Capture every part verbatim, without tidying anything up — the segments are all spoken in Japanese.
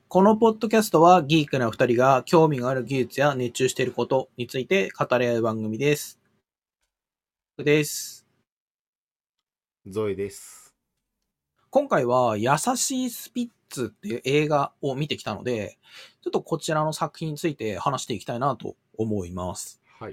このポッドキャストはギークな二人が興味がある技術や熱中していることについて語り合う番組です。です。 ゾエです。 今回は優しいスピッツっていう映画を見てきたので、ちょっとこちらの作品について話していきたいなと思います。 はい。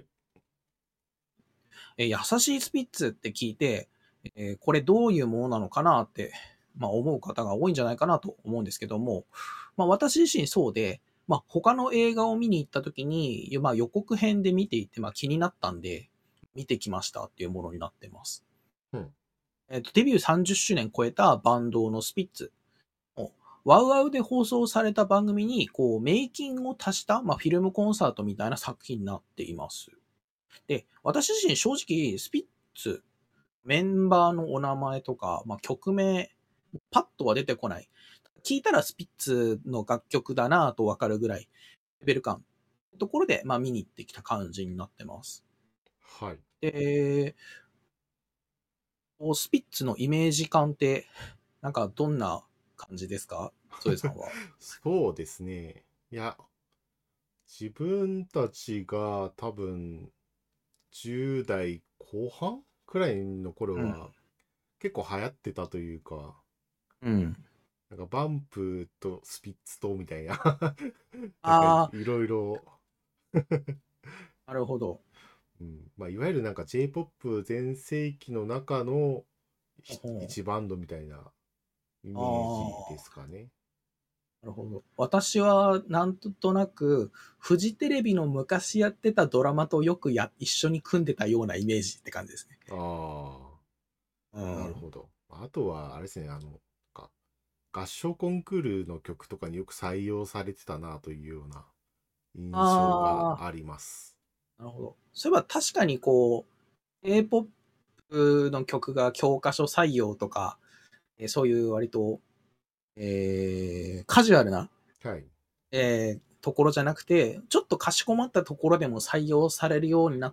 え優しいスピッツって聞いて、えーこれどういうものなのかなって、まあ、思う方が多いんじゃないかなと思うんですけども、まあ、私自身そうで、まあ、他の映画を見に行った時に、まあ、予告編で見ていて、まあ、気になったんで、見てきましたっていうものになってます。 うん。 えっと、デビューさんじゅっしゅうねん超えたバンドのスピッツ。ワウワウで放送された番組に、こう、メイキングを足した、まあ、フィルムコンサートみたいな作品になっています。で、私自身正直、スピッツ、メンバーのお名前とか、まあ、曲名、パッとは出てこない。聞いたらスピッツの楽曲だなぁとわかるぐらい、レベル感。ところで、まあ、見に行ってきた感じになってます。 はい。 で、スピッツのイメージ感って、なんかどんな感じですか？ゾエさんは。 そうですね。いや、自分たちが多分じゅう代後半くらいの頃うん。 は結構流行ってたというか、 うん。 なんかバンプとスピッツとみたいななんかいあろいろ、 あ、なるほど。 うん、まあいわゆるなんか J-ジェイポップ 全盛期の中のひほ一バンドみたいなイう。 メージでああ、 すかね。 なるほど。私は、なんとなく、フジテレビの昔やってたドラマとよくや、一緒に組んでたようなイメージって感じですね。 ああ、なるうん。 ほど。あとは、あれですね、あの、か合唱コンクールの曲とかによく採用されてたなというような印象がああります。 あ、なるほど。そういえば確かにこう、K-ジェイポップ の曲が教科書採用とか、えーそういう割と、えーカジュアルな、 はい。 えーところじゃなくて、ちょっとかしこまったところでも採用されるようになった、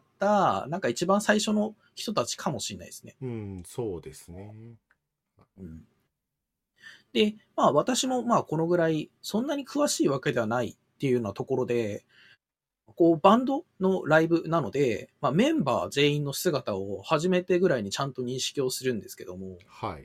なんか一番最初の人たちかもしれないですね。 うん、そうですね。 うん、で、まあ私もまあこのぐらい、そんなに詳しいわけではないっていうようなところで、こうバンドのライブなので、まあメンバー全員の姿を初めてぐらいにちゃんと認識をするんですけども、 はい。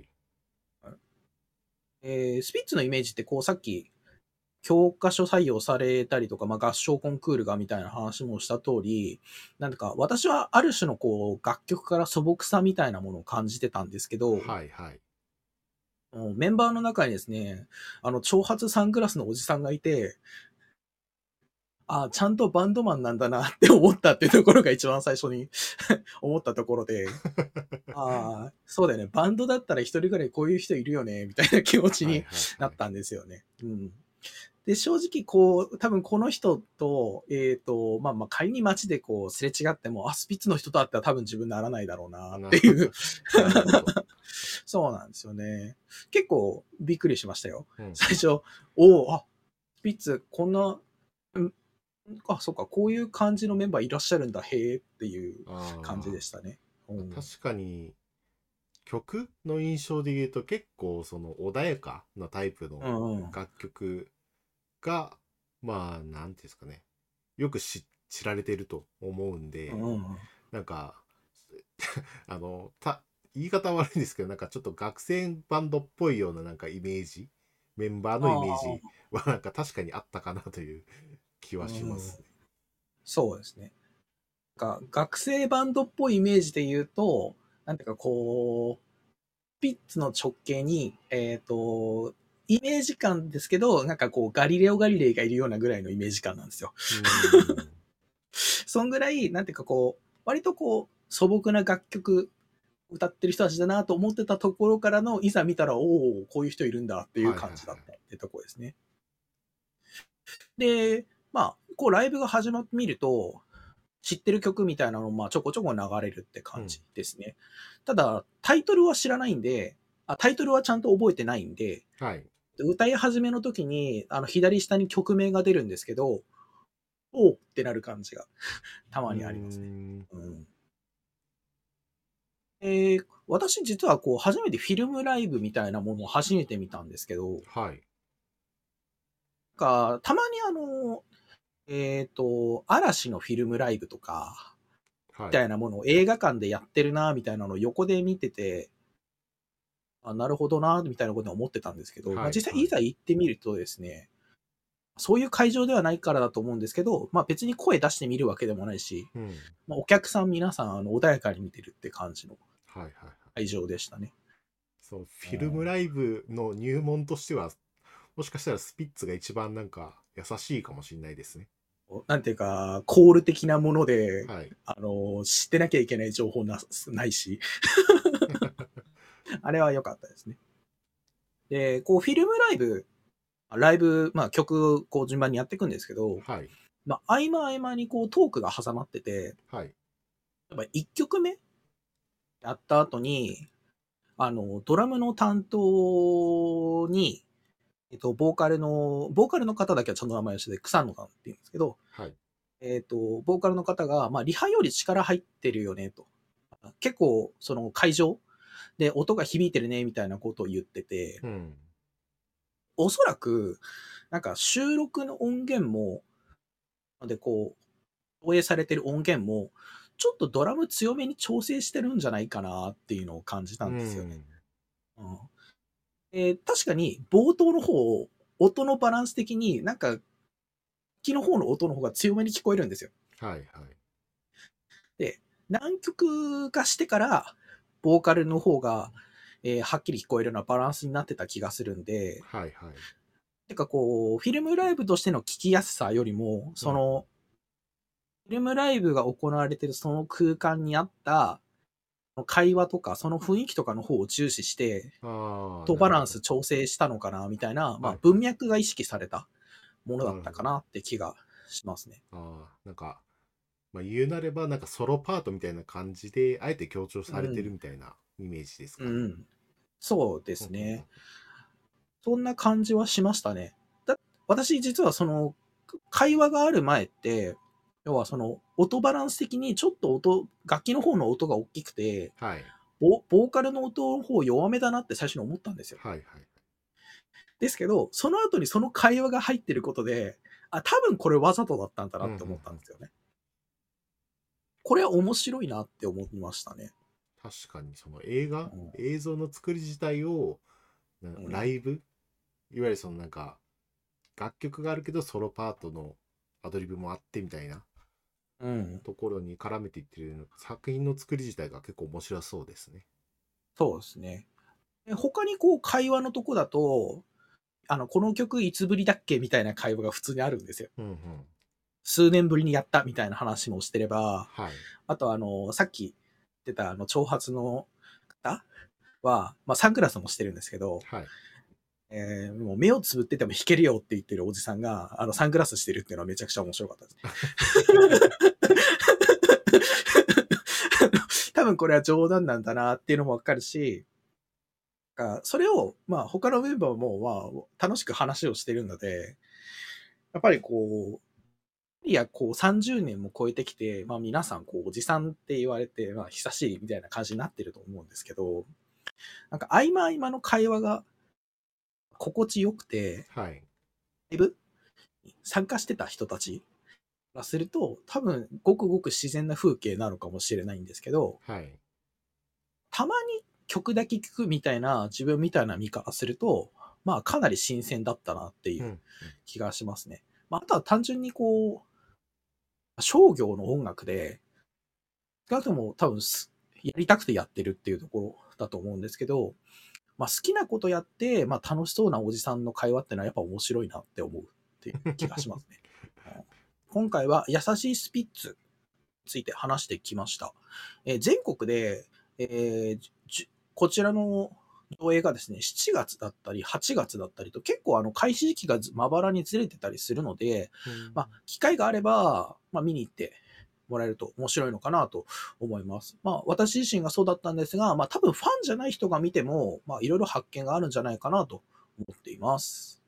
えースピッツのイメージってこうさっき教科書採用されたりとか、まあ合唱コンクールがみたいな話もした通り、なんか私はある種のこう楽曲から素朴さみたいなものを感じてたんですけど、 はいはい。 メンバーの中にですね、あの、長髪サングラスのおじさんがいて、ああ、ちゃんとバンドマンなんだなって思ったっていうところが一番最初に思ったところで、ああ、そうだよね。バンドだったら一人ぐらいこういう人いるよね、みたいな気持ちはいにはいはい。 なったんですよね。うん。で、正直こう、多分この人と、えっ、と、まあまあ仮に街でこうすれ違っても、あ、スピッツの人と会ったら多分自分ならないだろうなってな、 いうなるほど。 そうなんですよね。結構びっくりしましたよ。 うんうん。 最初、おお、あ、スピッツこんな、んあ、そうか、こういう感じのメンバーいらっしゃるんだ、へえっていう感じであしたね。うあ、 ん。 確かに曲の印象で言うと結構その穏やかなタイプのうんうん。 楽曲が、まあ、なんていうんですかね。よく知知られてると思うんで、 うんうんうん。 なんか、あの、た、言い方悪いんですけど、なんかちょっと学生バンドっぽいようななんかイメージ、メンバーのイメージあはなんか確かにあったかなという気あ、 はしうん。 ますね。 そうですね。なんか学生バンドっぽいイメージで言うと、なんていうかこう、ピッツの直径に、えっ、と、イメージ感ですけど、なんかこう、ガリレオ・ガリレイがいるようなぐらいのイメージ感なんですよ。 うーん。 そんぐらい、なんていうかこう、割とこう、素朴な楽曲、歌ってる人たちだなと思ってたところからの、いざ見たら、おお、こういう人いるんだっていうはいはいはい。 感じだったってところですね。で、まあ、こうライブが始まってみると、知ってる曲みたいなのもまあちょこちょこ流れるってうん。 感じですね。ただ、タイトルは知らないんで、あタイトルはちゃんと覚えてないんで、 はい。 歌い始めの時に、あの、左下に曲名が出るんですけど、おーってなる感じがたうーまにありますね。 ん。 うん。えー、私実はこう、初めてフィルムライブみたいなものを初めて見たんですけど、 はい。 か、たまにあの、えっ、と、嵐のフィルムライブとか、 はい。 みたいなものを映画館でやってるな、みたいなのを横で見てて、あ、なるほどな、みたいなことは思ってたんですけど、まあ、 はい。 実際はい。 いざ行ってみるとですね、そういう会場ではないからだと思うんですけど、まあ別に声出してみるわけでもないし、 うん。 まあ、お客さん皆さんあの穏やかに見てるって感じのはいはいはい。 会場でしたね。 そう、フうィルムん、 ライブの入門としては、もしかしたらスピッツが一番なんか優しいかもしれないですね。 なんていうか、コール的なもので、 はい。 あの、知ってなきゃいけない情報なないし、あれは良かったですね。で、こう、フィルムライブ、ライブ、まあ曲、こう順番にやっていくんですけど、 はい。 まあ合間合間にこうトークが挟まってて、 はい。 やっぱいっきょくめやった後に、あの、ドラムの担当に、えっと、ボーカルの、ボーカルの方だけはちゃんと名前をしてて、草野さんって言うんですけど、 はい。 えっと、ボーカルの方が、まあ、リハより力入ってるよね、と。結構、その会場で音が響いてるね、みたいなことを言ってて、 うん。 おそらく、なんか収録の音源も、で、こう、放映されてる音源も、ちょっとドラム強めに調整してるんじゃないかなっていうのを感じたうんですよね。 ん。 うんえー確かに冒頭の方、音のバランス的になんか、木の方の音の方が強めに聞こえるんですよ。 はい。はい。 で、何曲かしてから、ボーカルの方が、えーはっきり聞こえるようなバランスになってた気がするんで、 はい。はい。 てかこう、フィルムライブとしての聞きやすさよりも、 うん。 その、フィルムライブが行われてるその空間にあった会話とか、その雰囲気とかの方を重視して、 ああ、 とバランなるほど。 ス調整したのかな、みたいな、まあはい。はい。 文脈が意識されたものだったなるほど。 かなって気がしますね。 ああ、なんか、まあ、言うなれば、なんかソロパートみたいな感じで、あえて強調されてるうん。 みたいなイメージですかね。 うん。そうでうんうんうんすね。そんな感じはしましたね。だ私実はその、会話がある前って、要はその、音バランス的にちょっと音、楽器の方の音が大きくて、 はい。 ボボーカルの音の方弱めだなって最初に思ったんですよ。 はいはい。 ですけど、その後にその会話が入ってることで、あ、多分これわざとだったんだなうんうんうって思ったんん。 ですよね。これは面白いなって思いましたね。 確かに、その映画、 うん。 映像の作り自体を、なうん。 ライブ、いわゆるそのなんか、楽曲があるけど、ソロパートのアドリブもあってみたいなうん。 ところに絡めていってる作品の作り自体が結構面白そうですね。 そうですね。で他にこう会話のとこだと、あの、この曲いつぶりだっけみたいな会話が普通にあるんですよ。 うんうん。 数年ぶりにやったみたいな話もしてれば、 はい。 あとあの、さっき言ってたあの、長髪の方は、まあサングラスもしてるんですけど、 はい。 えー、もう目をつぶってても弾けるよって言ってるおじさんが、あの、サングラスしてるっていうのはめちゃくちゃ面白かったですね。多分これは冗談なんだなっていうのもわかるし、それを、まあ他のメンバーも、まあ楽しく話をしてるので、やっぱりこう、いや、こうさんじゅうねんも超えてきて、まあ皆さんこうおじさんって言われて、まあ久しいみたいな感じになってると思うんですけど、なんか合間合間の会話が心地よくて、 はい。 ライブに参加してた人たちがすると、多分ごくごく自然な風景なのかもしれないんですけど、 はい。 たまに曲だけ聴くみたいな自分みたいな見方すると、まあかなり新鮮だったなっていううん。うん。 気がしますね。まああとは単純にこう、商業の音楽で、少なくとも多分やりたくてやってるっていうところだと思うんですけど、まあ好きなことやって、まあ楽しそうなおじさんの会話ってのはやっぱ面白いなって思うっていう気がしますね。今回は優しいスピッツについて話してきました。えー全国で、えーこちらの上映がですね、しちがつだったりはちがつだったりと結構あの開始時期がまばらにずれてたりするので、 うん。 まあ機会があれば、まあ見に行ってもらえると面白いのかなと思います。まあ私自身がそうだったんですが、まあ多分ファンじゃない人が見ても、まあいろいろ発見があるんじゃないかなと思っています。